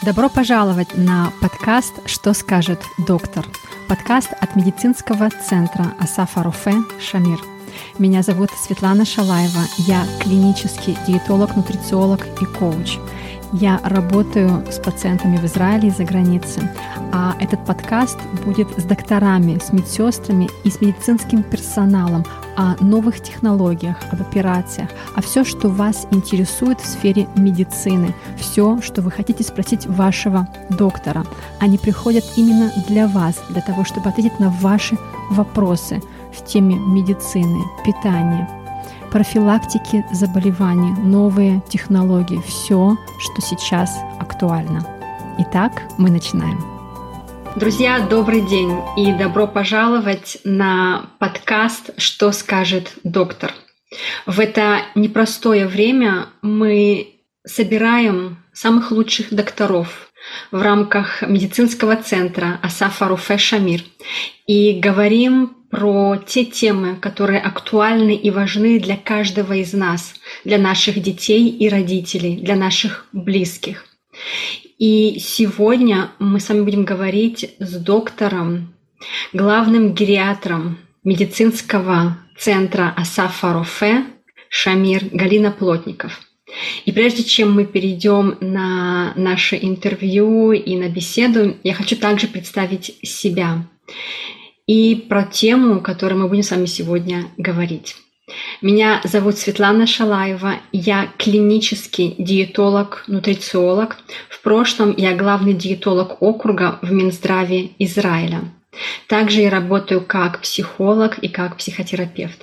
Добро пожаловать на подкаст «Что скажет доктор?» Подкаст от медицинского центра Асафа Рофе «Шамир». Меня зовут Светлана Шалаева, я клинический диетолог, нутрициолог и коуч. Я работаю с пациентами в Израиле и за границей, а этот подкаст будет с докторами, с медсестрами и с медицинским персоналом о новых технологиях, об операциях, о все, что вас интересует в сфере медицины, все, что вы хотите спросить вашего доктора. Они приходят именно для вас, для того, чтобы ответить на ваши вопросы в теме медицины, питания, профилактики заболеваний, новые технологии, все, что сейчас актуально. Итак, мы начинаем. Друзья, добрый день и добро пожаловать на подкаст «Что скажет доктор?». В это непростое время мы собираем самых лучших докторов в рамках медицинского центра Асафа Рофе «Шамир» и говорим про те темы, которые актуальны и важны для каждого из нас, для наших детей и родителей, для наших близких. И сегодня мы с вами будем говорить с доктором, главным гериатром медицинского центра Асафа Рофе «Шамир» Галина Плотников. И прежде чем мы перейдем на наше интервью и на беседу, я хочу также представить себя и про тему, о которой мы будем с вами сегодня говорить. Меня зовут Светлана Шалаева, я клинический диетолог, нутрициолог. В прошлом я главный диетолог округа в Минздраве Израиля. Также я работаю как психолог и как психотерапевт.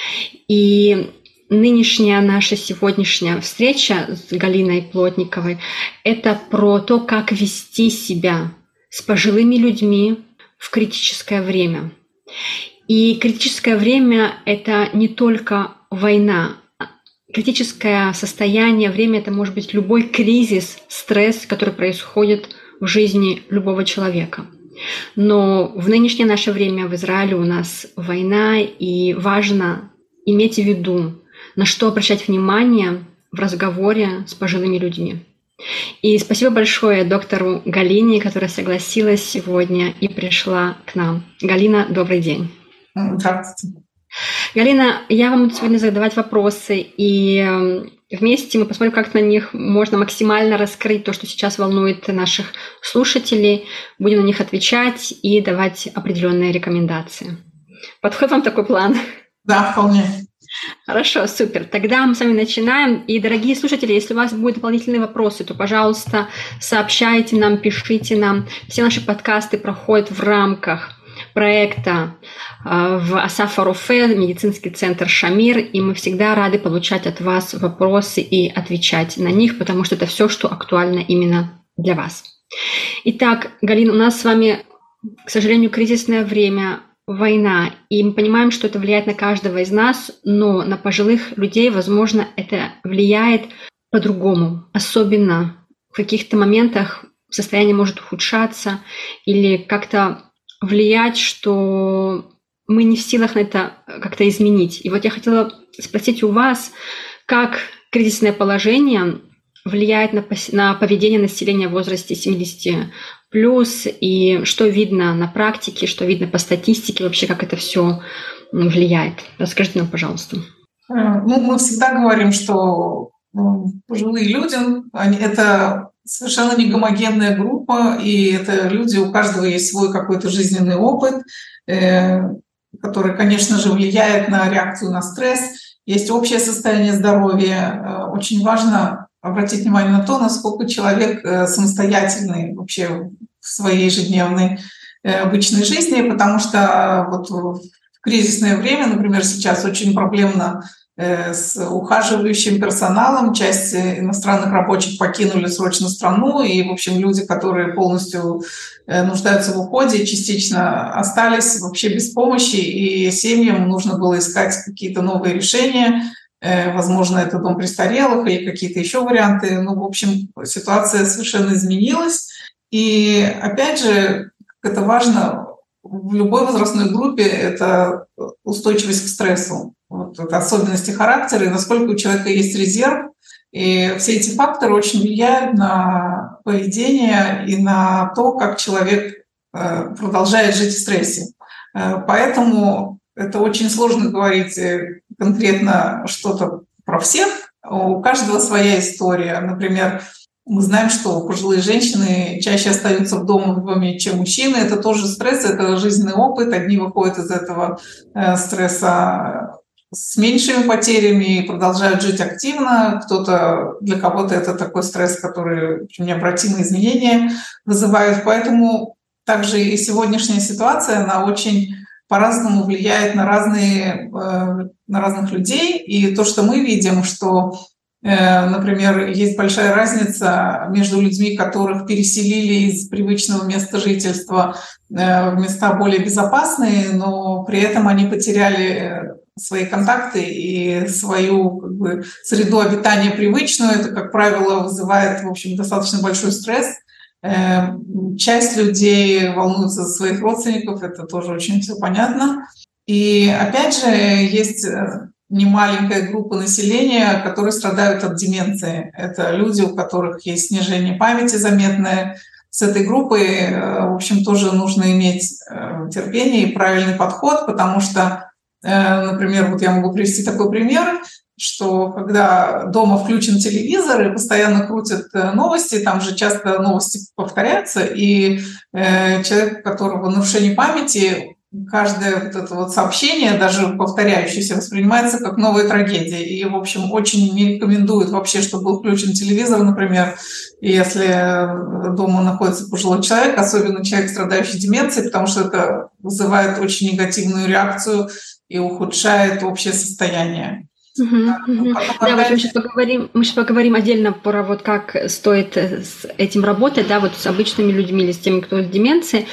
И нынешняя наша сегодняшняя встреча с Галиной Плотниковой – это про то, как вести себя с пожилыми людьми в критическое время. И критическое время – это не только война. Критическое состояние, время – это может быть любой кризис, стресс, который происходит в жизни любого человека. Но в нынешнее наше время в Израиле у нас война, и важно иметь в виду, на что обращать внимание в разговоре с пожилыми людьми. И спасибо большое доктору Галине, которая согласилась сегодня и пришла к нам. Галина, добрый день. Здравствуйте. Галина, я вам буду сегодня задавать вопросы, и вместе мы посмотрим, как на них можно максимально раскрыть то, что сейчас волнует наших слушателей. Будем на них отвечать и давать определенные рекомендации. Подходит вам такой план? Да, вполне. Хорошо, супер. Тогда мы с вами начинаем. И, дорогие слушатели, если у вас будут дополнительные вопросы, то, пожалуйста, сообщайте нам, пишите нам. Все наши подкасты проходят в рамках проекта в Асафа Рофе, медицинский центр «Шамир», и мы всегда рады получать от вас вопросы и отвечать на них, потому что это все, что актуально именно для вас. Итак, Галина, у нас с вами, к сожалению, кризисное время, война, и мы понимаем, что это влияет на каждого из нас, но на пожилых людей, возможно, это влияет по-другому. Особенно в каких-то моментах состояние может ухудшаться или как-то влиять, что мы не в силах на это как-то изменить. И вот я хотела спросить у вас, как кризисное положение влияет на поведение населения в возрасте 70+, и что видно на практике, что видно по статистике, вообще как это все влияет. Расскажите нам, пожалуйста. Мы всегда говорим, что пожилые люди это совершенно не гомогенная группа, и это люди, у каждого есть свой какой-то жизненный опыт, который, конечно же, влияет на реакцию на стресс. Есть общее состояние здоровья. Очень важно обратить внимание на то, насколько человек самостоятельный вообще в своей ежедневной обычной жизни, потому что вот в кризисное время, например, сейчас очень проблемно с ухаживающим персоналом. Часть иностранных рабочих покинули срочно страну, и, в общем, люди, которые полностью нуждаются в уходе, частично остались вообще без помощи, и семьям нужно было искать какие-то новые решения. Возможно, это дом престарелых или какие-то еще варианты. В общем, ситуация совершенно изменилась. И, опять же, это важно в любой возрастной группе, это устойчивость к стрессу. Вот это особенности характера, и насколько у человека есть резерв, И все эти факторы очень влияют на поведение и на то, как человек продолжает жить в стрессе. Поэтому это очень сложно говорить конкретно что-то про всех. У каждого своя история. Например, мы знаем, что пожилые женщины чаще остаются дома, чем мужчины. Это тоже стресс, это жизненный опыт. Одни выходят из этого стресса с меньшими потерями и продолжают жить активно. Для кого-то это такой стресс, который необратимые изменения вызывает. Поэтому также и сегодняшняя ситуация, она очень по-разному влияет на разных людей. И то, что мы видим, что, например, есть большая разница между людьми, которых переселили из привычного места жительства в места более безопасные, но при этом они потеряли свои контакты и свою среду обитания привычную. Это, как правило, вызывает, в общем, достаточно большой стресс. Часть людей волнуется за своих родственников, это тоже очень все понятно. И опять же, есть немаленькая группа населения, которые страдают от деменции. Это люди, у которых есть снижение памяти заметное. С этой группой, в общем, тоже нужно иметь терпение и правильный подход, потому что, например, вот я могу привести такой пример, что когда дома включен телевизор и постоянно крутят новости, там же часто новости повторяются, и человек, у которого нарушение памяти, каждое сообщение, даже повторяющееся, воспринимается как новая трагедия. И, в общем, очень не рекомендуют вообще, чтобы был включен телевизор, например, если дома находится пожилой человек, особенно человек, страдающий деменцией, потому что это вызывает очень негативную реакцию и ухудшает общее состояние. Да, вот мы сейчас поговорим отдельно про вот как стоит с этим работать, да, вот с обычными людьми или с теми, кто с деменцией.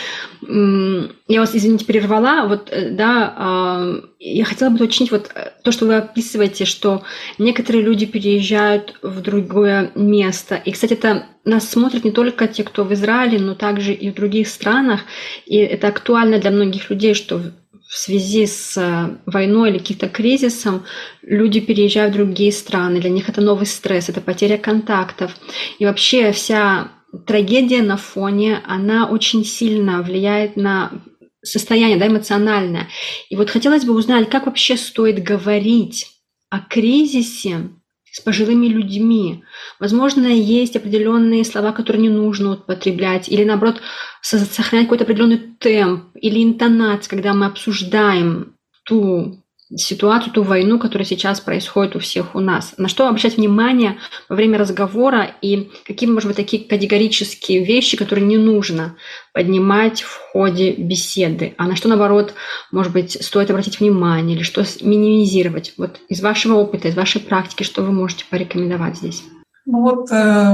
Я вас, извините, прервала. Вот, да, я хотела бы уточнить вот то, что вы описываете, что некоторые люди переезжают в другое место. И, кстати, это нас смотрят не только те, кто в Израиле, но также и в других странах. И это актуально для многих людей, что в связи с войной или каким-то кризисом люди переезжают в другие страны. Для них это новый стресс, это потеря контактов. И вообще вся трагедия на фоне, она очень сильно влияет на состояние, да, эмоциональное. И вот хотелось бы узнать, как вообще стоит говорить о кризисе с пожилыми людьми. Возможно, есть определенные слова, которые не нужно употреблять, или, наоборот, сохранять какой-то определенный темп или интонацию, когда мы обсуждаем ту ситуацию, ту войну, которая сейчас происходит у всех у нас. На что обращать внимание во время разговора и какие, может быть, такие категорические вещи, которые не нужно поднимать в ходе беседы, а на что, наоборот, может быть, стоит обратить внимание или что минимизировать. Вот из вашего опыта, из вашей практики, что вы можете порекомендовать здесь? Ну вот,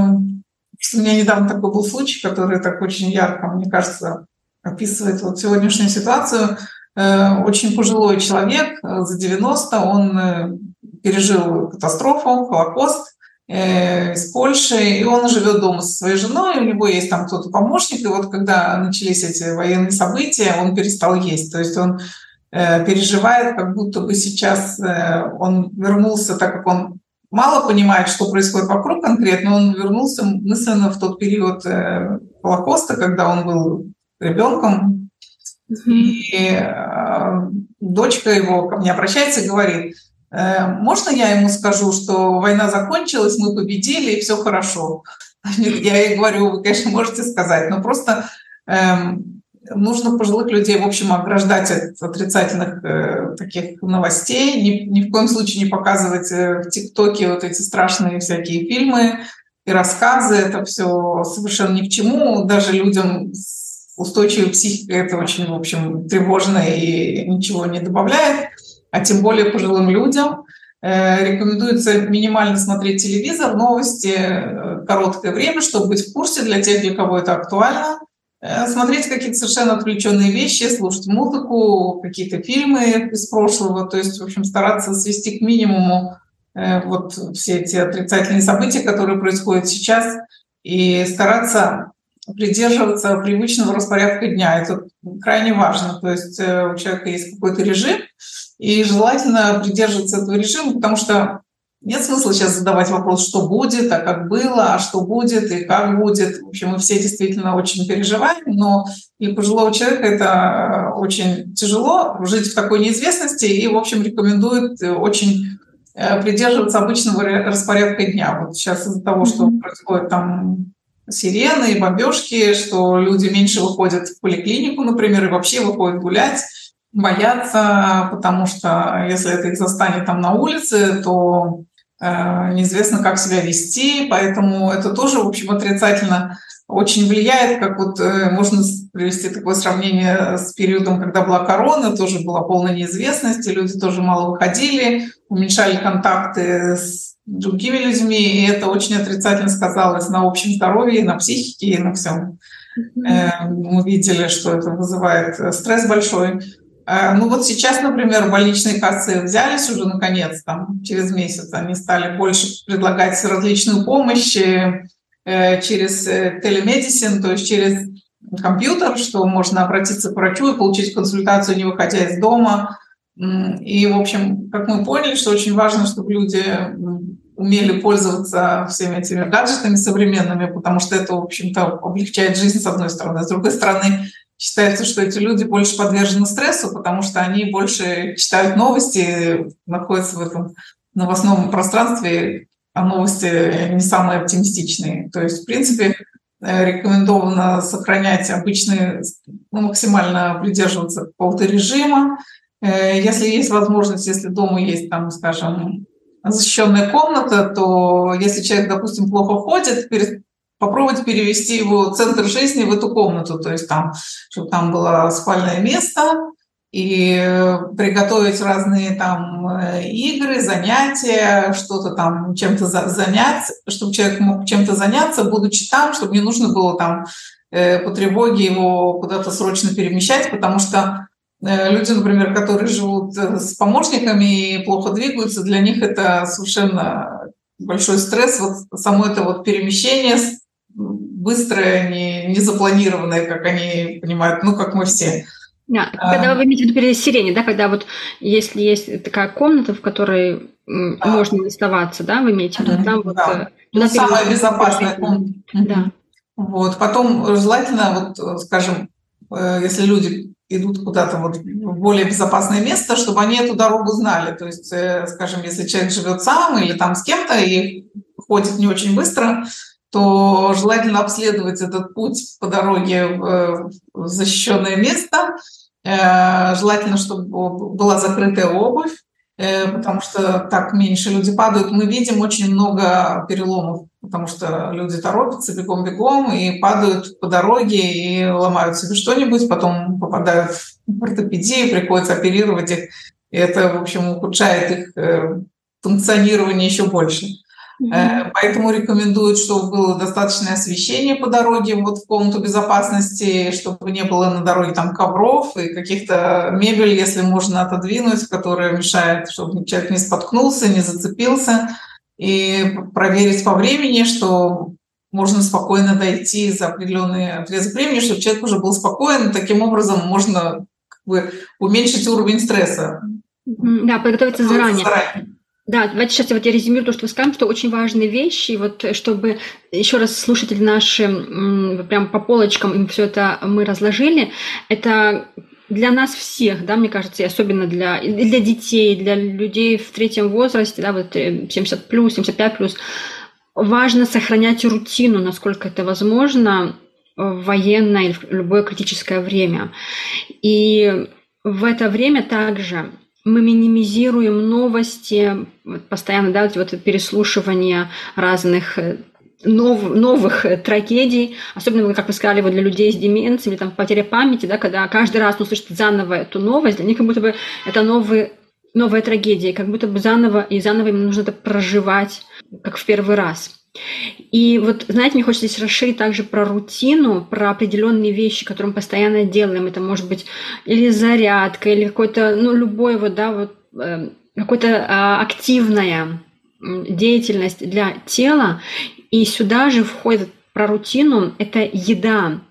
у меня недавно такой был случай, который так очень ярко, мне кажется, описывает вот сегодняшнюю ситуацию. Очень пожилой человек, за 90, он пережил катастрофу, Холокост из Польши, и он живет дома со своей женой, у него есть там кто-то помощник, и вот когда начались эти военные события, он перестал есть, то есть он переживает, как будто бы сейчас он вернулся, так как он мало понимает, что происходит вокруг конкретно, он вернулся мысленно в тот период Холокоста, когда он был ребенком. И дочка его ко мне обращается и говорит: можно я ему скажу, что война закончилась, мы победили и все хорошо? Я ей говорю: вы, конечно, можете сказать, но просто нужно пожилых людей, в общем, ограждать от отрицательных таких новостей, ни в коем случае не показывать в ТикТоке вот эти страшные всякие фильмы и рассказы, это все совершенно ни к чему, даже людям с устойчивой психикой это очень, в общем, тревожно и ничего не добавляет, а тем более пожилым людям. Рекомендуется минимально смотреть телевизор, новости, короткое время, чтобы быть в курсе для тех, для кого это актуально. Смотреть какие-то совершенно отвлеченные вещи, слушать музыку, какие-то фильмы из прошлого, то есть, в общем, стараться свести к минимуму вот все эти отрицательные события, которые происходят сейчас, и стараться придерживаться привычного распорядка дня. Это крайне важно. То есть у человека есть какой-то режим, и желательно придерживаться этого режима, потому что нет смысла сейчас задавать вопрос, что будет, а как было, а что будет и как будет. В общем, мы все действительно очень переживаем, но для пожилого человека это очень тяжело жить в такой неизвестности и, в общем, рекомендуют очень придерживаться обычного распорядка дня. Вот сейчас из-за того, что происходит там сирены и бомбежки, что люди меньше выходят в поликлинику, например, и вообще выходят гулять, боятся, потому что если это их застанет там на улице, то неизвестно, как себя вести, поэтому это тоже, в общем, отрицательно очень влияет, как вот можно привести такое сравнение с периодом, когда была корона, тоже была полная неизвестность, и люди тоже мало выходили, уменьшали контакты с другими людьми, и это очень отрицательно сказалось на общем здоровье, на психике и на всем. Мы видели, что это вызывает стресс большой. Ну вот сейчас, например, больничные кассы взялись уже наконец, там, через месяц они стали больше предлагать различную помощь через телемедицин, то есть через компьютер, что можно обратиться к врачу и получить консультацию, не выходя из дома. И, в общем, как мы поняли, что очень важно, чтобы люди умели пользоваться всеми этими гаджетами современными, потому что это, в общем-то, облегчает жизнь с одной стороны. С другой стороны, считается, что эти люди больше подвержены стрессу, потому что они больше читают новости, находятся в этом новостном пространстве, а новости не самые оптимистичные. То есть, в принципе, рекомендовано сохранять обычные, максимально придерживаться какого-то режима. Если есть возможность, если дома есть, там, скажем, защищенная комната, то если человек, допустим, плохо ходит, попробовать перевести его центр жизни в эту комнату, то есть там, чтобы там было спальное место, и приготовить разные там игры, занятия, что-то там чем-то заняться, чтобы человек мог чем-то заняться, будучи там, чтобы не нужно было там по тревоге его куда-то срочно перемещать, потому что люди, например, которые живут с помощниками и плохо двигаются, для них это совершенно большой стресс. Вот само это вот перемещение быстрое, не запланированное, как они понимают, ну, как мы все. Да, когда вы имеете в виду переселение, да, когда вот если есть такая комната, в которой можно оставаться, да, вы имеете в виду, там вот... Ну, самая безопасная комната. Да. Вот. Потом желательно, вот, скажем, если люди идут куда-то вот в более безопасное место, чтобы они эту дорогу знали. То есть, скажем, если человек живет сам или там с кем-то и ходит не очень быстро, то желательно обследовать этот путь по дороге в защищенное место. Желательно, чтобы была закрытая обувь, потому что так меньше люди падают. Мы видим очень много переломов, потому что люди торопятся бегом-бегом и падают по дороге и ломают себе что-нибудь, потом попадают в ортопедию, приходится оперировать их. И это, в общем, ухудшает их функционирование еще больше. Поэтому рекомендуют, чтобы было достаточное освещение по дороге, вот в комнату безопасности, чтобы не было на дороге там ковров и каких-то мебель, если можно отодвинуть, которая мешает, чтобы человек не споткнулся, не зацепился, и проверить по времени, что можно спокойно дойти за определенный отрезок времени, чтобы человек уже был спокоен. Таким образом можно как бы уменьшить уровень стресса. Да, подготовиться заранее. Да, давайте сейчас вот я резюмирую то, что вы сказали, что очень важные вещи, вот чтобы еще раз слушатели наши прям по полочкам им все это мы разложили, это для нас всех, да, мне кажется, и особенно для детей, для людей в третьем возрасте, да, вот 70+, 75+, важно сохранять рутину, насколько это возможно в военное или в любое критическое время. И в это время также мы минимизируем новости, постоянно, да, вот переслушивание разных новых трагедий, особенно, как вы сказали, вот для людей с деменцией или там потеря памяти, да, когда каждый раз услышат заново эту новость, для них как будто бы это новая трагедия, как будто бы заново им нужно это проживать, как в первый раз. И вот, знаете, мне хочется здесь расширить также про рутину, про определенные вещи, которые мы постоянно делаем. Это может быть или зарядка, или какой-то, любой вот, да, вот какая-то активная деятельность для тела. И сюда же входит про рутину, это еда.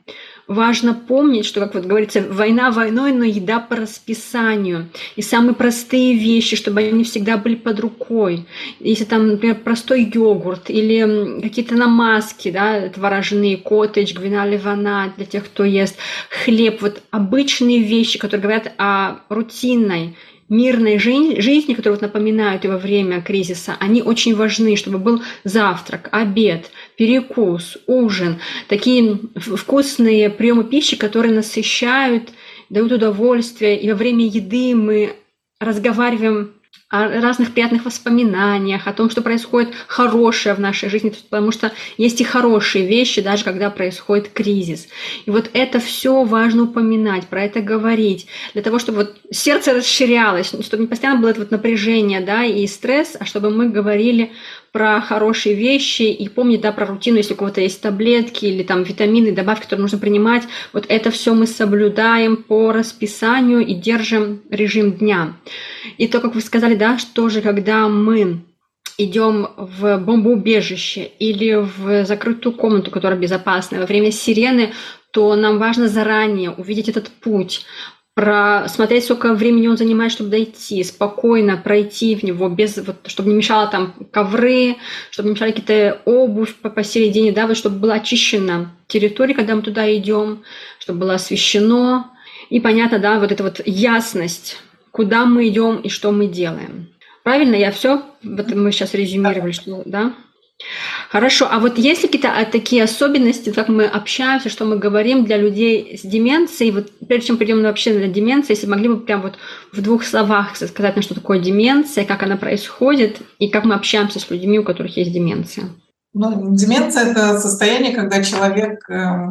важно помнить, что, как вот говорится, война войной, но еда по расписанию. И самые простые вещи, чтобы они всегда были под рукой. Если там, например, простой йогурт или какие-то намазки, да, творожные, коттедж, гвина ливана для тех, кто ест, хлеб. Вот обычные вещи, которые говорят о рутинной, мирной жизни, которые вот напоминают и во время кризиса, они очень важны, чтобы был завтрак, обед, перекус, ужин, такие вкусные приемы пищи, которые насыщают, дают удовольствие. И во время еды мы разговариваем о разных приятных воспоминаниях, о том, что происходит хорошее в нашей жизни, потому что есть и хорошие вещи, даже когда происходит кризис. И вот это все важно упоминать, про это говорить, для того, чтобы вот сердце расширялось, чтобы не постоянно было это вот напряжение, да, и стресс, а чтобы мы говорили про хорошие вещи и помнить, да, про рутину, если у кого-то есть таблетки или там витамины, добавки, которые нужно принимать, вот это все мы соблюдаем по расписанию и держим режим дня. И то, как вы сказали, да, что же, когда мы идем в бомбоубежище или в закрытую комнату, которая безопасная, во время сирены, то нам важно заранее увидеть этот путь, просмотреть, сколько времени он занимает, чтобы дойти, спокойно пройти в него, без, вот, чтобы не мешало там ковры, чтобы не мешали какие-то обувь посередине, да, вот, чтобы была очищена территория, когда мы туда идем, чтобы было освещено. И понятно, да, вот эта вот ясность, куда мы идем и что мы делаем. Правильно, я все? Вот мы сейчас резюмировали, что, да? Хорошо, а вот есть ли какие-то такие особенности, как мы общаемся, что мы говорим для людей с деменцией? Вот прежде чем перейдем вообще на деменцию, если могли бы прям вот в 2 словах сказать нам, что такое деменция, как она происходит и как мы общаемся с людьми, у которых есть деменция? Ну, деменция – это состояние, когда человек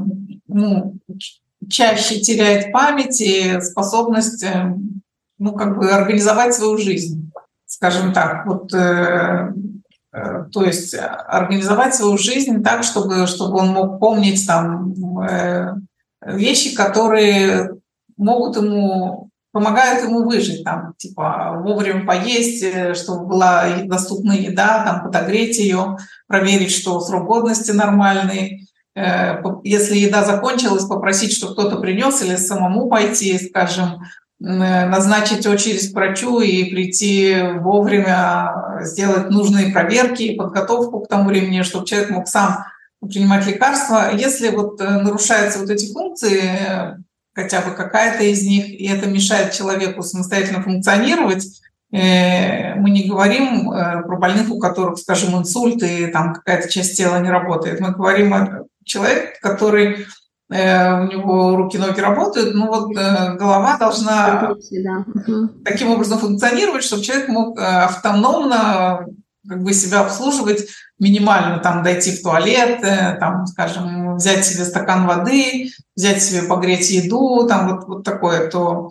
чаще теряет память и способность организовать свою жизнь, скажем так. Вот, то есть организовать свою жизнь так, чтобы он мог помнить там вещи, которые помогают ему выжить, там, типа вовремя поесть, чтобы была доступна еда, там, подогреть ее, проверить, что срок годности нормальный. Если еда закончилась, попросить, чтобы кто-то принес, или самому пойти, скажем, назначить очередь к врачу и прийти вовремя, сделать нужные проверки и подготовку к тому времени, чтобы человек мог сам принимать лекарства. Если вот нарушаются вот эти функции, хотя бы какая-то из них, и это мешает человеку самостоятельно функционировать, мы не говорим про больных, у которых, скажем, инсульт и там какая-то часть тела не работает. Мы говорим о человеке, который у него руки-ноги работают, но вот голова должна таким образом функционировать, чтобы человек мог автономно как бы себя обслуживать, минимально там дойти в туалет, там, скажем, взять себе стакан воды, взять себе погреть еду, там вот такое, то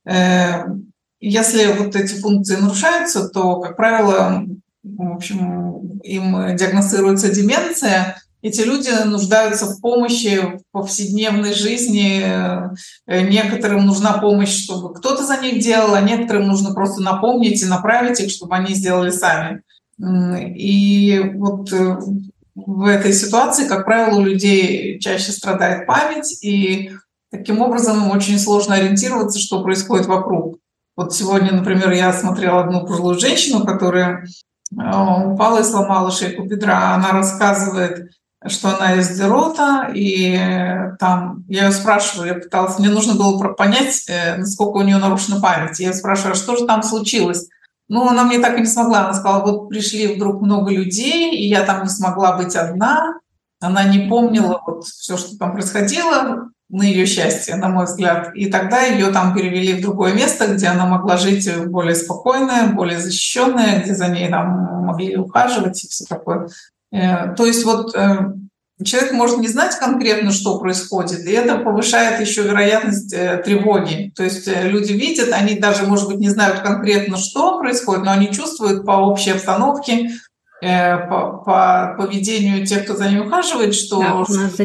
если вот эти функции нарушаются, то, как правило, в общем, им диагностируется деменция. Эти люди нуждаются в помощи в повседневной жизни. Некоторым нужна помощь, чтобы кто-то за них делал, а некоторым нужно просто напомнить и направить их, чтобы они сделали сами. И вот в этой ситуации, как правило, у людей чаще страдает память, и таким образом им очень сложно ориентироваться, что происходит вокруг. Вот сегодня, например, я смотрела одну пожилую женщину, которая упала и сломала шейку бедра. Она рассказывает, что она из Дерота, и там я ее спрашиваю, мне нужно было понять, насколько у нее нарушена память. Я ее спрашиваю, а что же там случилось? Ну, она мне так и не смогла. Она сказала, вот пришли вдруг много людей, и я там не смогла быть одна. Она не помнила вот все, что там происходило, на ее счастье, на мой взгляд. И тогда ее там перевели в другое место, где она могла жить более спокойная, более защищенная, где за ней там могли ухаживать и все такое. То есть вот человек может не знать конкретно, что происходит, и это повышает еще вероятность тревоги. То есть люди видят, они даже, может быть, не знают конкретно, что происходит, но они чувствуют по общей обстановке, по поведению тех, кто за ними ухаживает, что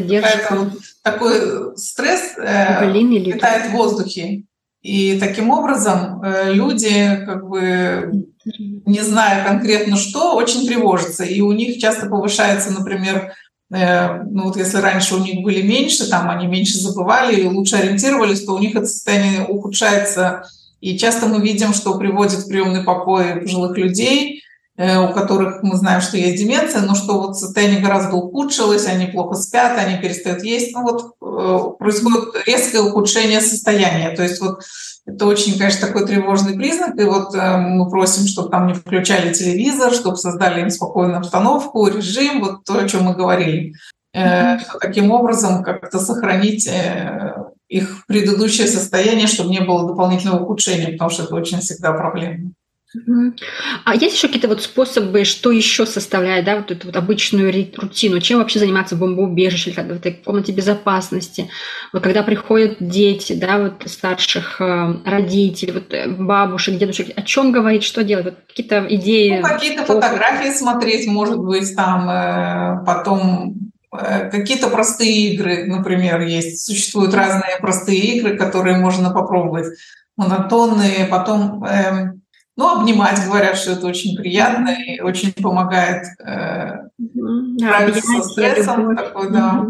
такой стресс витает в воздухе. И таким образом люди, как бы, не зная конкретно что, очень тревожатся. И у них часто повышается, например, ну вот если раньше у них были меньше, там они меньше забывали и лучше ориентировались, то у них это состояние ухудшается. И часто мы видим, что приводит в приемный покой пожилых людей, у которых мы знаем, что есть деменция, но что вот состояние гораздо ухудшилось, они плохо спят, они перестают есть. Ну вот происходит резкое ухудшение состояния. То есть вот это очень, конечно, такой тревожный признак. И вот мы просим, чтобы там не включали телевизор, чтобы создали им спокойную обстановку, режим, вот то, о чем мы говорили. Что таким образом как-то сохранить их предыдущее состояние, чтобы не было дополнительного ухудшения, потому что это очень всегда проблема. А есть еще какие-то вот способы, что еще составляет, да, вот эту вот обычную рутину? Чем вообще заниматься в бомбоубежище или в этой комнате безопасности? Вот когда приходят дети, да, вот старших родителей, вот бабушек, дедушек, о чем говорить, что делать? Вот какие-то идеи? Ну, какие-то фотографии смотреть, может быть, там, потом какие-то простые игры, например, есть. Существуют разные простые игры, которые можно попробовать. Монотонные, потом... Ну, обнимать, говорят, что это очень приятно и очень помогает справиться со стрессом. Такой,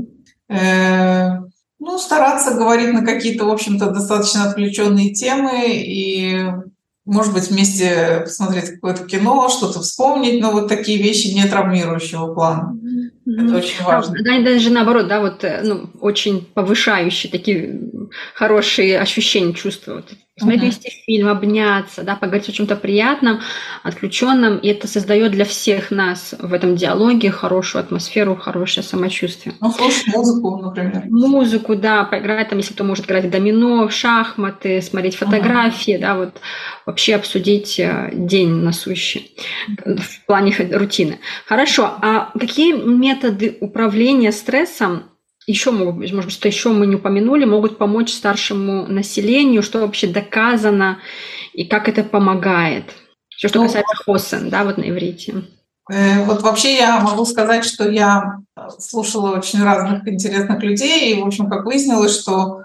да. Ну, стараться говорить на какие-то, в общем-то, достаточно отвлеченные темы и, может быть, вместе посмотреть какое-то кино, что-то вспомнить, но вот такие вещи не травмирующего плана. Это очень важно. Да, даже наоборот, да, вот, ну, очень повышающие такие хорошие ощущения, чувства. Вот, посмотреть вместе фильм, обняться, да, поговорить о чем-то приятном, отключенном, и это создает для всех нас в этом диалоге хорошую атмосферу, хорошее самочувствие. Ну, слушать музыку, например. Музыку, да, поиграть там, если кто может играть в домино, в шахматы, смотреть фотографии, да, вот вообще обсудить день насущий в плане рутины. Хорошо, а какие методы управления стрессом еще могут быть, может быть, что еще мы не упомянули, могут помочь старшему населению, что вообще доказано и как это помогает? Все, что касается хосен, да, вот на иврите. Вот вообще я могу сказать, что я слушала очень разных интересных людей, и, в общем, как выяснилось, что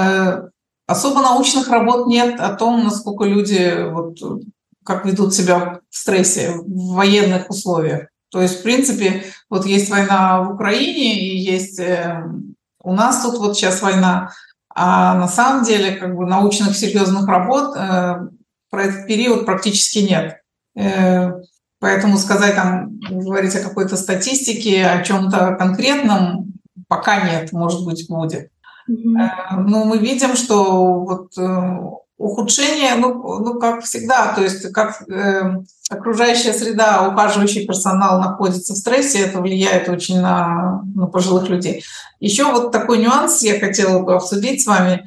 особо научных работ нет о том, насколько люди вот, как ведут себя в стрессе, в военных условиях. То есть, в принципе, вот есть война в Украине, и есть у нас тут вот сейчас война, а на самом деле как бы научных серьезных работ про этот период практически нет. Поэтому сказать там, говорить о какой-то статистике, о чем-то конкретном пока нет, может быть, будет. Но мы видим, что вот ухудшение, ну как всегда, то есть как окружающая среда, ухаживающий персонал находится в стрессе, это влияет очень на пожилых людей. Еще вот такой нюанс я хотела бы обсудить с вами.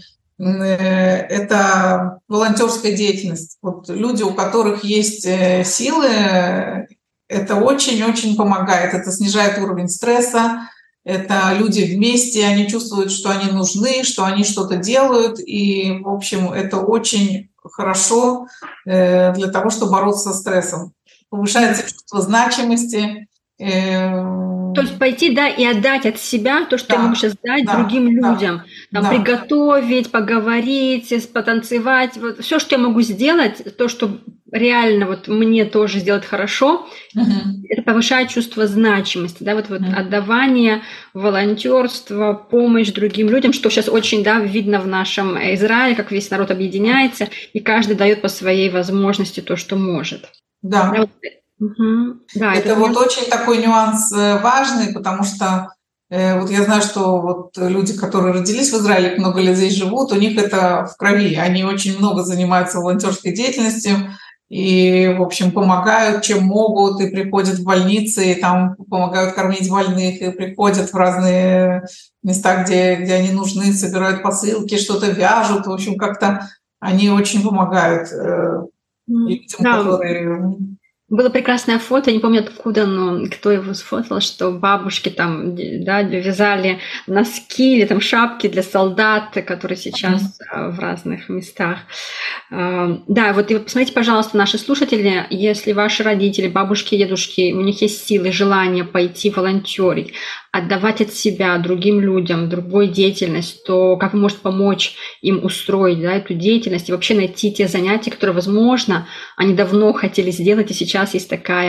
Это волонтерская деятельность. Вот люди, у которых есть силы, это очень-очень помогает. Это снижает уровень стресса. Это люди вместе, они чувствуют, что они нужны, что они что-то делают. И, в общем, это очень хорошо для того, чтобы бороться со стрессом. Повышается чувство значимости. То есть пойти, да, и отдать от себя то, что я могу сейчас дать другим людям. Там, приготовить, поговорить, потанцевать. Вот, все, что я могу сделать, то, что реально вот мне тоже сделать хорошо, это повышает чувство значимости. Да, вот отдавание, волонтерство, помощь другим людям, что сейчас очень, да, видно в нашем Израиле, как весь народ объединяется, и каждый дает по своей возможности то, что может. Да. Да, это вот очень такой нюанс важный, потому что вот я знаю, что вот люди, которые родились в Израиле, много лет здесь живут, у них это в крови. Они очень много занимаются волонтерской деятельностью и, в общем, помогают, чем могут, и приходят в больницы, и там помогают кормить больных, и приходят в разные места, где они нужны, собирают посылки, что-то вяжут. В общем, как-то они очень помогают людям, которые... Было прекрасное фото, не помню откуда, но кто его сфотал, что бабушки там, да, вязали носки или там шапки для солдат, которые сейчас в разных местах. Да, вот и посмотрите, пожалуйста, наши слушатели, если ваши родители, бабушки, дедушки, у них есть силы, желание пойти волонтерить, отдавать от себя другим людям, другой деятельность, то как вы можете помочь им устроить, да, эту деятельность и вообще найти те занятия, которые, возможно, они давно хотели сделать, и сейчас есть такая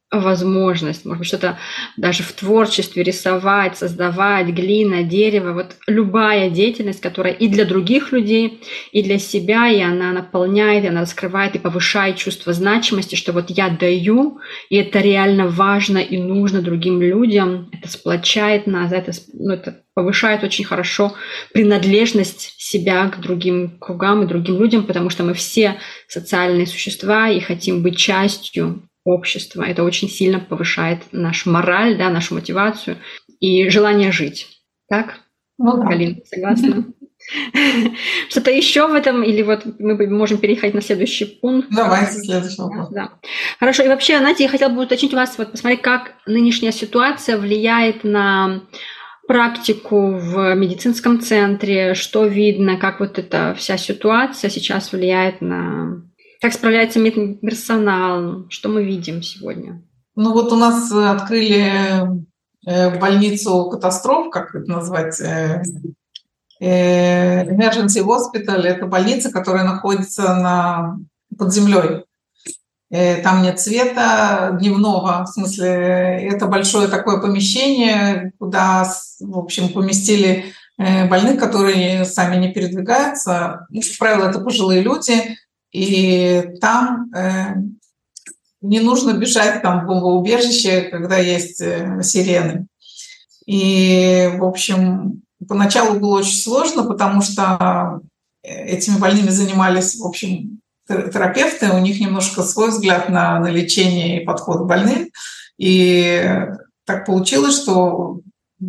возможность, может быть, что-то даже в творчестве рисовать, создавать, глина, дерево, вот любая деятельность, которая и для других людей, и для себя, и она наполняет, и она раскрывает и повышает чувство значимости, что вот я даю, и это реально важно и нужно другим людям, это сплочает нас, это повышает очень хорошо принадлежность себя к другим кругам и другим людям, потому что мы все социальные существа и хотим быть частью общества. Это очень сильно повышает нашу мораль, да, нашу мотивацию и желание жить. Так? Ну да. Галина, согласна? Что-то еще в этом? Или вот мы можем переходить на следующий пункт? Давайте следующий вопрос. Да. Хорошо. И вообще, знаете, я хотела бы уточнить у вас, вот посмотреть, как нынешняя ситуация влияет на практику в медицинском центре, что видно, как вот эта вся ситуация сейчас влияет на... Как справляется медперсонал, что мы видим сегодня? Ну вот у нас открыли больницу катастроф, как это назвать, emergency hospital, это больница, которая находится под землей. Там нет света дневного, в смысле, это большое такое помещение, куда, в общем, поместили больных, которые сами не передвигаются. Ну, как правило, это пожилые люди, и там не нужно бежать там в бомбоубежище, когда есть сирены. И, в общем, поначалу было очень сложно, потому что этими больными занимались, в общем, терапевты, у них немножко свой взгляд на лечение и подход к больным. И так получилось, что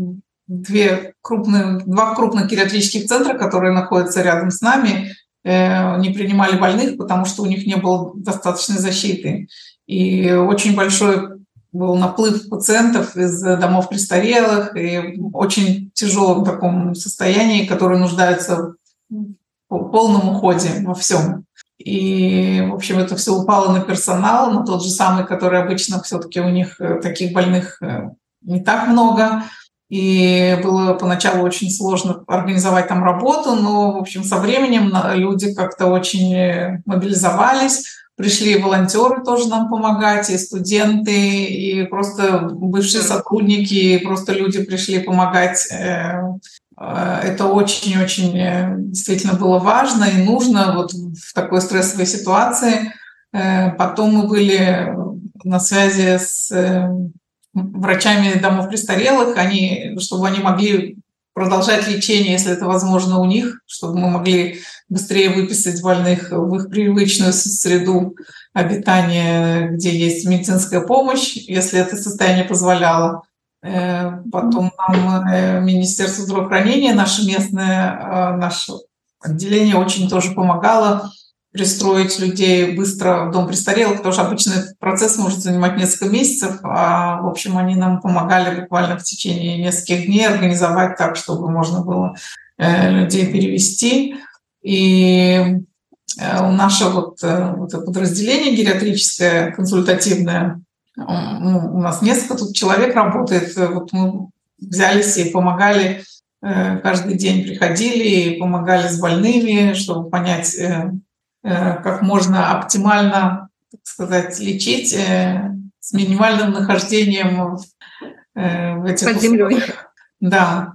два крупных гериатрических центра, которые находятся рядом с нами, не принимали больных, потому что у них не было достаточной защиты. И очень большой был наплыв пациентов из домов престарелых и в очень тяжелом таком состоянии, которые нуждаются в полном уходе во всем. И, в общем, это все упало на персонал, на тот же самый, который обычно все-таки у них таких больных не так много. И было поначалу очень сложно организовать там работу, но, в общем, со временем люди как-то очень мобилизовались. Пришли волонтеры тоже нам помогать, и студенты, и просто бывшие сотрудники, и просто люди пришли помогать. Это очень-очень действительно было важно и нужно вот в такой стрессовой ситуации. Потом мы были на связи с врачами домов престарелых, чтобы они могли продолжать лечение, если это возможно у них, чтобы мы могли быстрее выписать больных в их привычную среду обитания, где есть медицинская помощь, если это состояние позволяло. Потом нам Министерство здравоохранения, наше отделение очень тоже помогало пристроить людей быстро в дом престарелых, потому что обычно этот процесс может занимать несколько месяцев, а, в общем, они нам помогали буквально в течение нескольких дней организовать так, чтобы можно было людей перевести. И наше это подразделение гериатрическое, консультативное, у нас несколько тут человек работает, вот мы взялись и помогали, каждый день приходили и помогали с больными, чтобы понять, как можно оптимально, так сказать, лечить с минимальным нахождением в этих под землей. Да.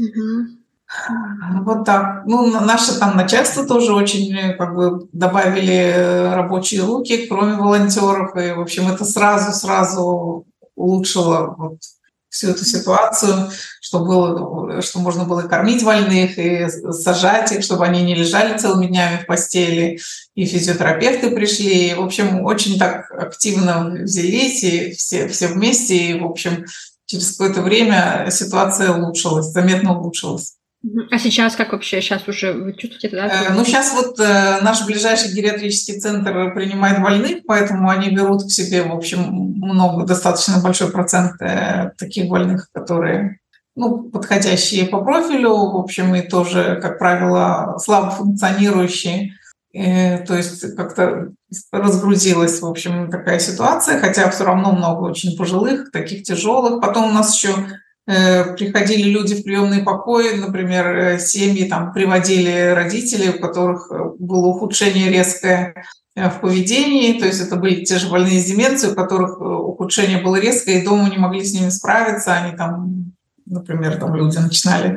Вот так. Ну, наше там начальство тоже очень добавили рабочие руки, кроме волонтеров. И, в общем, это сразу улучшило всю эту ситуацию, что можно было кормить больных, и сажать их, чтобы они не лежали целыми днями в постели. И физиотерапевты пришли. И, в общем, очень так активно взялись, и все вместе. И, в общем, через какое-то время ситуация заметно улучшилась. А сейчас как вообще? Сейчас уже вы чувствуете, да? Ну, сейчас наш ближайший гериатрический центр принимает больных, поэтому они берут к себе, в общем, достаточно большой процент таких больных, которые, подходящие по профилю, в общем, и тоже, как правило, слабо функционирующие. То есть как-то разгрузилась, в общем, такая ситуация, хотя все равно много очень пожилых, таких тяжелых. Потом у нас еще приходили люди в приемные покои, например, семьи там приводили родителей, у которых было ухудшение резкое, в поведении, то есть это были те же больные с деменцией, у которых ухудшение было резкое, и дома не могли с ними справиться, они там, например, там люди начинали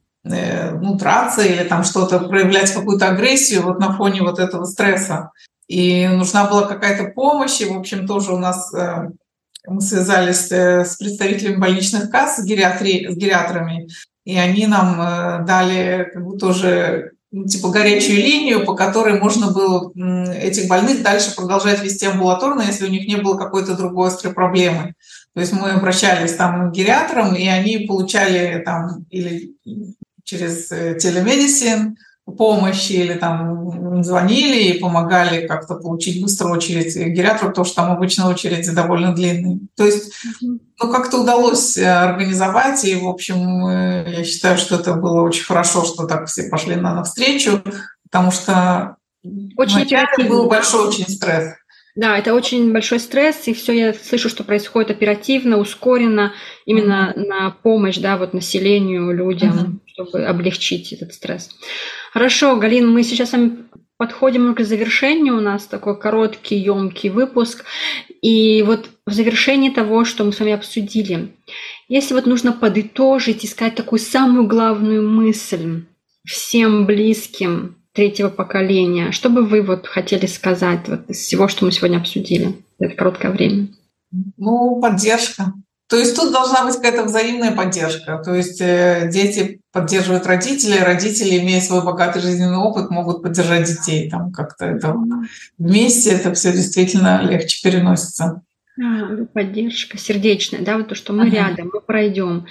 драться или там что-то, проявлять какую-то агрессию вот на фоне вот этого стресса. И нужна была какая-то помощь, и, в общем, тоже у нас мы связались с представителями больничных касс, с гериатрами, и они нам дали как бы тоже типа горячую линию, по которой можно было этих больных дальше продолжать вести амбулаторно, если у них не было какой-то другой острой проблемы. То есть мы обращались там к гериатрам, и они получали там или через телемедицин помощь, или там звонили и помогали как-то получить быстро очередь к гериатру, потому что там обычно очереди довольно длинные. То есть как-то удалось организовать, и, в общем, я считаю, что это было очень хорошо, что так все пошли нам навстречу, потому что был большой очень стресс. Да, это очень большой стресс, и все я слышу, что происходит оперативно, ускоренно, именно на помощь, да, вот населению, людям, чтобы облегчить этот стресс. Хорошо, Галин, мы сейчас с вами подходим к завершению, у нас такой короткий, ёмкий выпуск, и вот в завершении того, что мы с вами обсудили, если вот нужно подытожить и сказать такую самую главную мысль всем близким третьего поколения, что бы вы вот хотели сказать вот из всего, что мы сегодня обсудили в это короткое время? Поддержка. То есть тут должна быть какая-то взаимная поддержка. То есть дети поддерживают родителей, родители, имея свой богатый жизненный опыт, могут поддержать детей. Там как-то это вместе это все действительно легче переносится. Поддержка сердечная, да, вот то, что мы рядом, мы пройдем.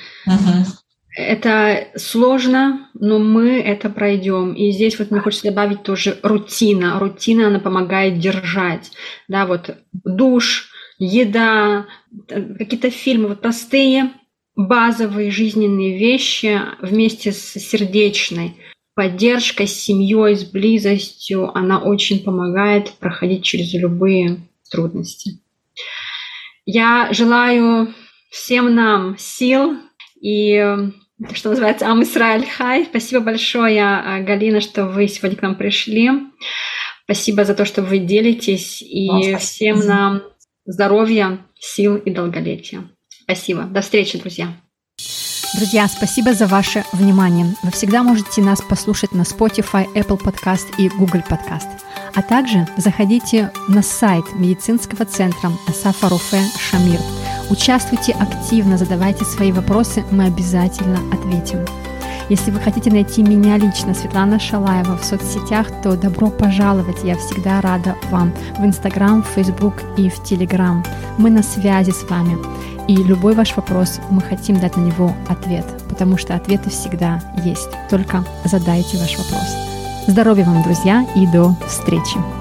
Это сложно, но мы это пройдем. И здесь вот мне хочется добавить тоже рутина. Рутина, она помогает держать. Да, вот душ, еда, какие-то фильмы, вот простые базовые жизненные вещи вместе с сердечной поддержкой, с семьей, с близостью, она очень помогает проходить через любые трудности. Я желаю всем нам сил и, что называется, Ам Исраэль Хай. Спасибо большое, Галина, что вы сегодня к нам пришли. Спасибо за то, что вы делитесь. И всем нам здоровья, сил и долголетия. Спасибо. До встречи, друзья. Друзья, спасибо за ваше внимание. Вы всегда можете нас послушать на Spotify, Apple Podcast и Google Podcast. А также заходите на сайт медицинского центра Асафа Руфе Шамир. Участвуйте активно, задавайте свои вопросы, мы обязательно ответим. Если вы хотите найти меня лично, Светлана Шалаева, в соцсетях, то добро пожаловать, я всегда рада вам в Instagram, в Facebook и в Telegram. Мы на связи с вами, и любой ваш вопрос, мы хотим дать на него ответ, потому что ответы всегда есть, только задайте ваш вопрос. Здоровья вам, друзья, и до встречи!